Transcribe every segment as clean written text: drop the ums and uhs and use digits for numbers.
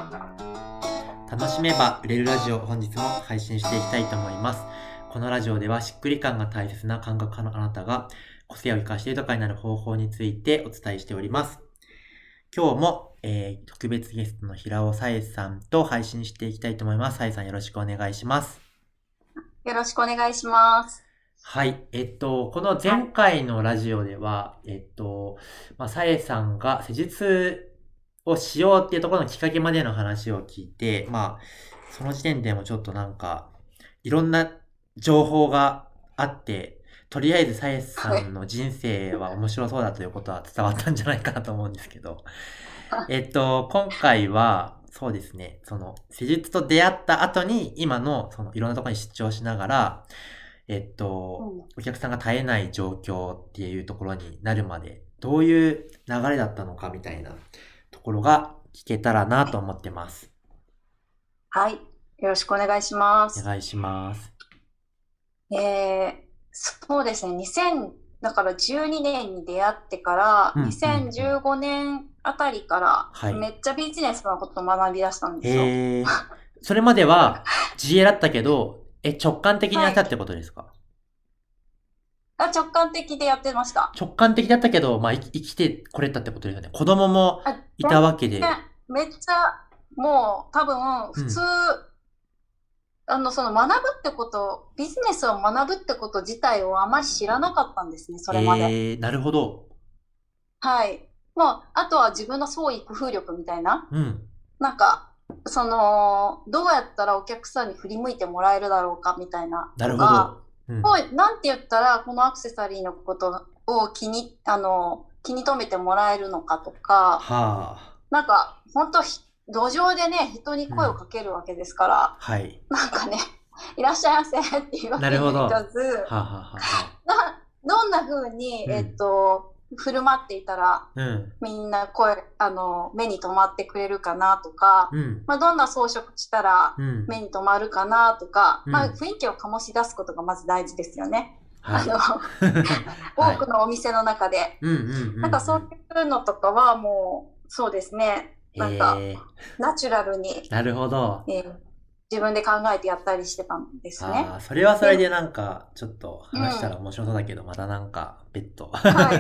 楽しめば売れるラジオ、本日も配信していきたいと思います。このラジオではしっくり感が大切な感覚派のあなたが個性を生かして豊かになる方法についてお伝えしております。今日も、特別ゲストの平尾さえさんと配信していきたいと思います。さえさんよろしくお願いします。 よろしくお願いします。 はい。この前回のラジオでは、さえさんが施術をしようっていうところのきっかけまでの話を聞いて、その時点でもちょっといろんな情報があって、とりあえずさえさんの人生は面白そうだということは伝わったんじゃないかなと思うんですけど、今回は、そうですね、施術と出会った後に、今の、いろんなところに出張しながら、お客さんが絶えない状況っていうところになるまで、どういう流れだったのかみたいなところが聞けたらなと思ってます。 はい。よろしくお願いしまおす。 願いします。 そうですね。12年に出会ってから、2015年あたりから、めっちゃビジネスのことを学び出したんですよ。 それまでは自営だったけど、直感的にやったってことですか？ 直感的でやってました。 直感的だったけど、生きてこれたってことですよね。子供もいたわけで。 めっちゃ、もう多分、普通、学ぶってこと、ビジネスを学ぶってこと自体をあまり知らなかったんですね、それまで。 なるほど。 はい。もう、あとは自分の創意工夫力みたいな。どうやったらお客さんに振り向いてもらえるだろうかみたいなのが、なんて言ったらこのアクセサリーのことを気に留めてもらえるのかとか、本当路上でね、人に声をかけるわけですから、いらっしゃいませっていうわけにはいかず、どんな風に、振る舞っていたら、みんな目に留まってくれるかなとか、どんな装飾したら目に留まるかなとか、雰囲気を醸し出すことがまず大事ですよね。多くのお店の中で。そういうのとかはもう、そうですね。ナチュラルに。 なるほど。 自分で考えてやったりしてたんですね。 それはそれでちょっと話したら面白そうだけど、また別途。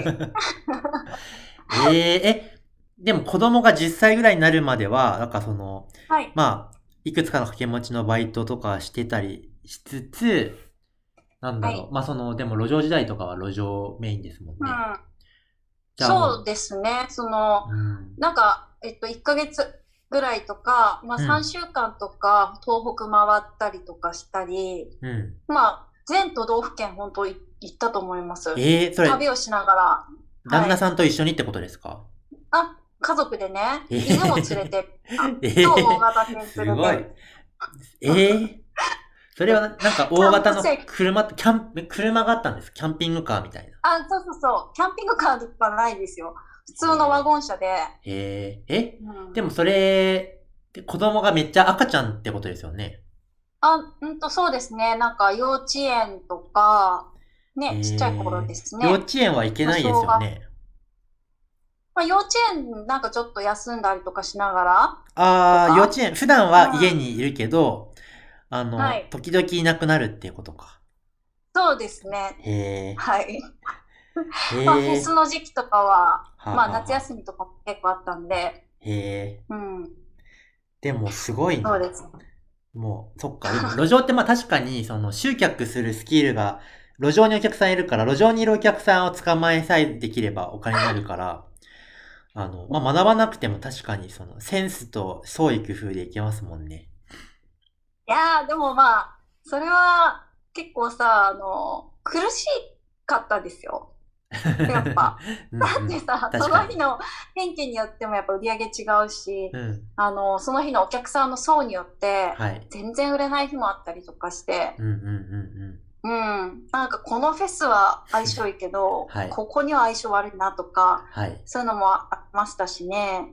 でも子供が10歳ぐらいになるまでは、いくつかの掛け持ちのバイトとかしてたりしつつ、でも路上時代とかは路上メインですもんね。 そうですね。1ヶ月ぐらいとか、3週間とか東北回ったりとかしたり、全都道府県本当行ったと思います。旅をしながら。 旦那さんと一緒にってことですか？ 家族でね、犬も連れて、超大型犬連れて。 すごい。それは大型の車があったんです。キャンピングカーみたいな。 そう。キャンピングカーとかないですよ。普通のワゴン車で。 でもそれ、子供がめっちゃ赤ちゃんってことですよね。 そうですね。幼稚園とか、ね、ちっちゃい頃ですね。 幼稚園は行けないですよね。 幼稚園ちょっと休んだりとかしながら。幼稚園、普段は家にいるけど、時々いなくなるっていうことか。 そうですね。はい。フェスの時期とかは、夏休みとかも結構あったんで。 でもすごいな。 そうです。 もう、そっか。でも路上って確かに、集客するスキルが、路上にお客さんいるから、路上にいるお客さんを捕まえさえできればお金になるから、学ばなくても確かにセンスと創意工夫でいけますもんね。 いやー、でもそれは結構さ、苦しかったですよ。やっぱ。だってさ、その日の天気によってもやっぱ売り上げ違うし、その日のお客さんの層によって、全然売れない日もあったりとかして、このフェスは相性いいけど、ここには相性悪いなとか、そういうのもありましたしね。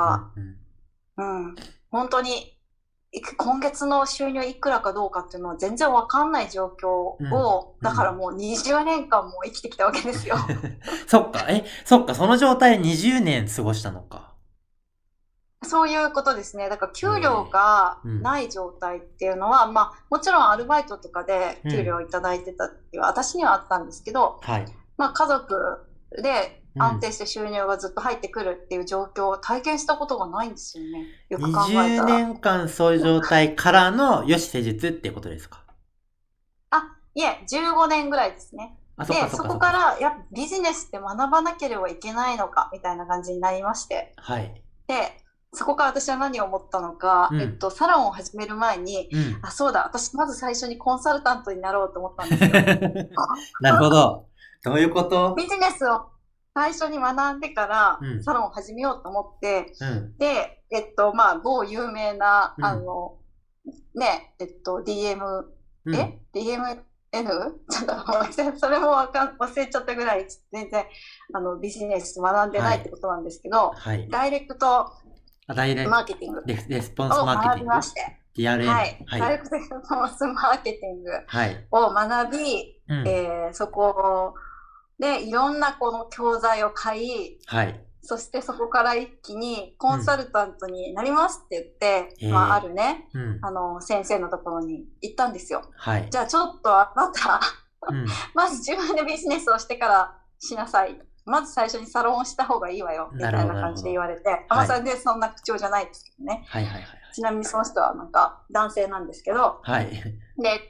本当に今月の収入いくらかどうかっていうのは全然わかんない状況を、だからもう20年間も生きてきたわけですよ。 そっか、その状態で20年過ごしたのか。 そういうことですね。だから給料がない状態っていうのは、まあもちろんアルバイトとかで給料をいただいてたっていう、私にはあったんですけど、 はい。 まあ家族で安定して収入がずっと入ってくるっていう状況を体験したことがないんですよね。よく考え 20 たら。 年間そういう状態からのよし施術っていうことですか？ あ、いえ、15年ぐらいですね。 あ、そっかで、そそっかそっか。 こからやっぱビジネスって学ばなければいけないのかみたいな感じになりまして。 はい。 で、そこから私は何を思ったのか、 うん。 サロンを始める前に、 うん。 あ、そうだ、私まず最初にコンサルタントになろうと思ったんですよ。 なるほど。どういうこと？ ビジネスを最初に学んでからうん。 サロンを始めようと思って、 うん。 で、まあ、某有名な、 うん。 ね、DM、 うん。 DMN? ちょっと忘れそれも忘れちゃったぐらい、全然、ビジネス学んではい。 ないってことなんですけど、 はい。 ダイレクトあ、ダイレ、 マーケティングレスポンスをマーケテ学びィング？ まして、は DRM。 い。 はい。 ダイレクトレスポンスマーケティングはい。 を学び、 うん。 そこでいろんなこの教材を買い、 はい。 そしてそこから一気にコンサうん。 ルタントになりますって言って、まあ、あへえ。 るね、 うん。 先生のところに行ったんですよ。 はい。 じゃあちょっとあなた、 うん。 まず自分でビジネスをしてからしなさい。まず最初にサロンをした方がいいわよ、みなるほど、 たいな感じで言なるほど。 われて、まあ、 はい。 それでそんな口調じゃないですけどね。 はいはいはいちなみにその人はなんか男性なんですけど、 はい。はい。 で、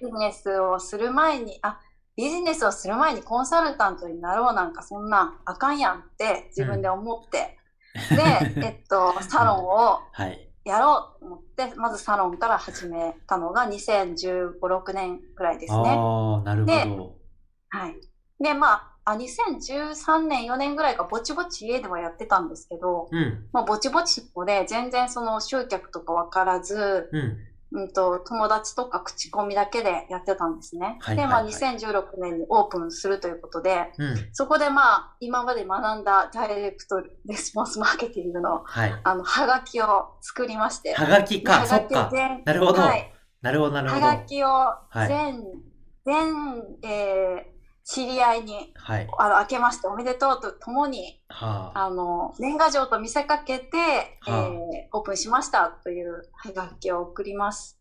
ビジネスをする前にコンサルタントになろうなんかそんなあかんやんって自分でうん。 思って、で、サロンをはい。 やろうと思って、まずサロンから始めたのが2015、6年くらいですね。 ああ、なるほで、 ど。 はい。で、まあ、2013年、4年ぐらいかぼちぼち家ではやってたんですけど、 うん。 まあ、ぼちぼちで全然その集客とかわからず、 うん。 友達とか口コミだけでやってたんですね。 はいで、まあ、 はいはい。 2016年にオープンするということで、 うん。 そこでまあ、今まで学んだダイレクトレスポンスマーケティングの、 はい。 はがきを作りまして、 はがきか。 ではがきをそっか。なるほど。 はい、 なるほど、なるほはがど。 きをはい。 知り合いに、 はい。 明けましておめでとうとともに、 は年賀状と見せかけて、 あ。はオープンしましたというはがきを送りまして、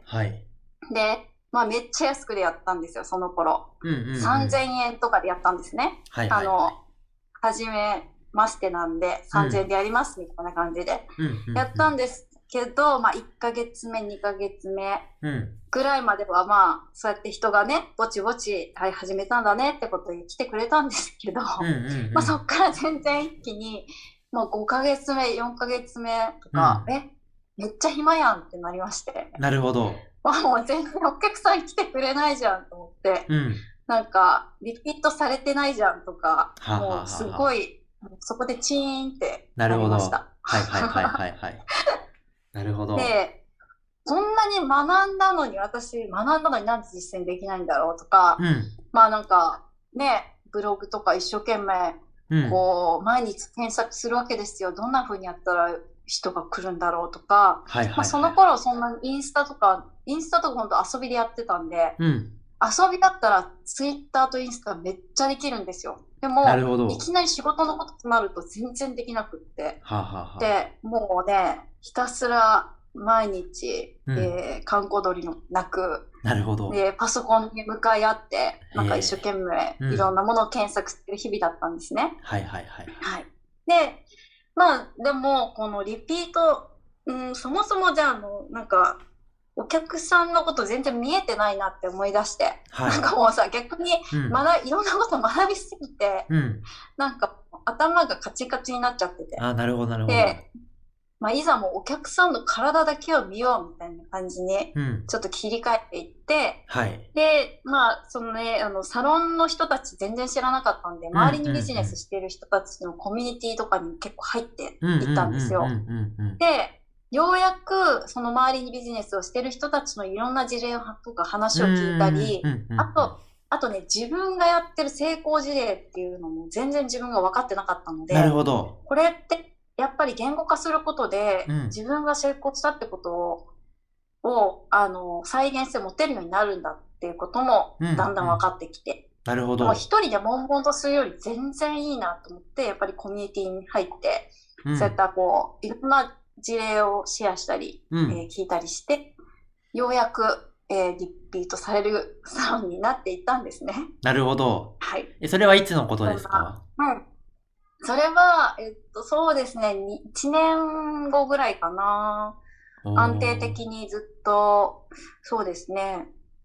あ。はい。 で、まあめっちゃ安くでやったんですよ、その頃。 うんうんうん。 3000円とかでやったんですね。 はいはいはい。 はじめましてなんで、3000円うん。 でやりますみたいな感じでうんうんやったんですけど、まあ1ヶ月目、2ヶ月目うん。うん。 ぐらいまではまあ、そうやって人がね、ぼちぼち、はい、始めたんだねってことに来てくれたんですけど、 うんうんまあそうん。 っから全然一気に、もう5ヶ月目、4ヶ月目とか、 うん。 めっちゃ暇やんってなりまして、 なるほど。 まあもう全然お客さん来てくれないじゃんと思って、 うん。 なんか、リピートされてないじゃんとか、 はあ、はあはもうすあはあ、 ごい、そこでチーンってなるなりほど。 ました。 はいはいはいはいはい。なるほど。 で、こんなに学んだのに学んだのになんで実践できないんだろうとか、 うん。 まあなんかね、ブログとか一生懸命うん。 こう毎日検索するわけですよ。どんな風にやったら人が来るんだろうとか、 はいまあそのはいはい。 頃そんなインスタとか本当遊びでやってたんで、 うん。 遊びだったらツイッターとインスタめっちゃできるんですよ。でなも、 るほど。 いきなり仕事のこととなると全然できなくって。 はあ、はあはあ、 で、もうね、ひたすら毎日、 うん。 閑古鳥の鳴く、 なるほど。 で、パソコンに向かい合って、なんか一生へえ。 懸命うん。 いろんなものを検索してる日々だったんですね。 はいはいはい。 はい。で、まあ、でも、このリピート、そもそもじゃあ、なんか、お客さんのこと全然見えてないなって思い出して、なんはい。 かもうさ、逆にうん。 いろんなこと学びすぎて、 うん。 なんか頭がカチカチになっちゃってて。 あ、なるほどなるほど。 で、まあ、いざもうお客さんの体だけを見ようみたいな感じに、 うん。 ちょっと切り替えていって、 はい。 で、まあ、そのね、サロンの人たち全然知らなかったんで、 うんう周りにビジネスんしている人たちのコミュニティとかに結構入ってうん。うんうんいったんですよ。 うんうんうんうん。 で、ようやくその周りにビジネスをしている人たちのいろんな事例とか話うんを聞いたうんうり、 んうんうん。 あとね、自分がやってる成功事例っていうのも全然自分が分かってなかったのなるで、 ほど。 これってやっぱり言語化することでうん。 自分が成功したってことを再現性持てるようになるんだっていうこともうんだんだん分かうん。 ってきて、 なるほもうど。 一人で悶々とするより全然いいなと思って、やっぱりコミュニティに入って、そういっうん。 たこう、いろんな事例をシェアしたり、聞いたりして、ようやく、リピートされるサロンになっていったんですね。 なるほど。 はい。 それはいつのことですか？ それは、そうですね、1年後ぐらいかな。安定的にずっと、そうですね。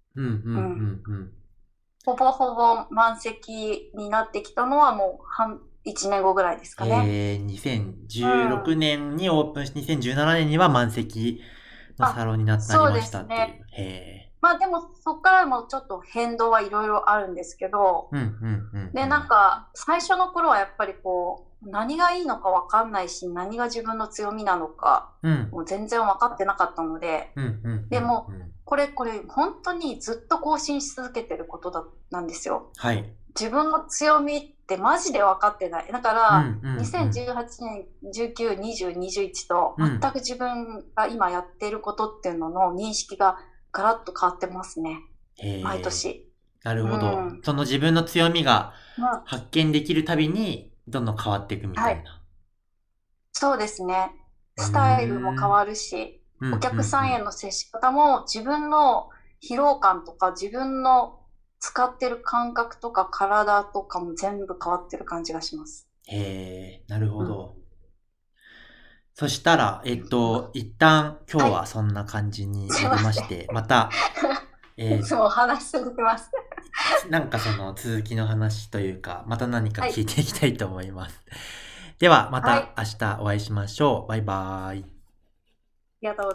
ほぼほぼ満席になってきたのはもう1年後ぐらいですかね。 2016年にオープンし、2017年には満席のサロンになりましたっていう。 まあでもそこからもちょっと変動はいろいろあるんですけど、で、なんか最初の頃はやっぱりこう、何がいいのかわかんないし、何が自分の強みなのか、もう全然分かってなかったので、でも、これ本当にずっと更新し続けてることなんですよ。 はい。 自分の強みってマジで分かってない。だから、2018年、19、20、21と全く自分が今やってることっていうのの認識がガラッと変わってますね。毎年。 なるほど。その自分の強みが発見できるたびにどんどん変わっていくみたいな。 そうですね。スタイルも変わるし、お客さんへの接し方も自分の疲労感とか自分の使ってる感覚とか体とかも全部変わってる感じがします。 なるほど。そしたら、一旦今日はそんな感じになりまして、また、 いつも話し続けます。 なんかその続きの話というか、また何か聞いていきたいと思います。では、また明日お会いしましょう。バイバーイ。 ありがとうございます。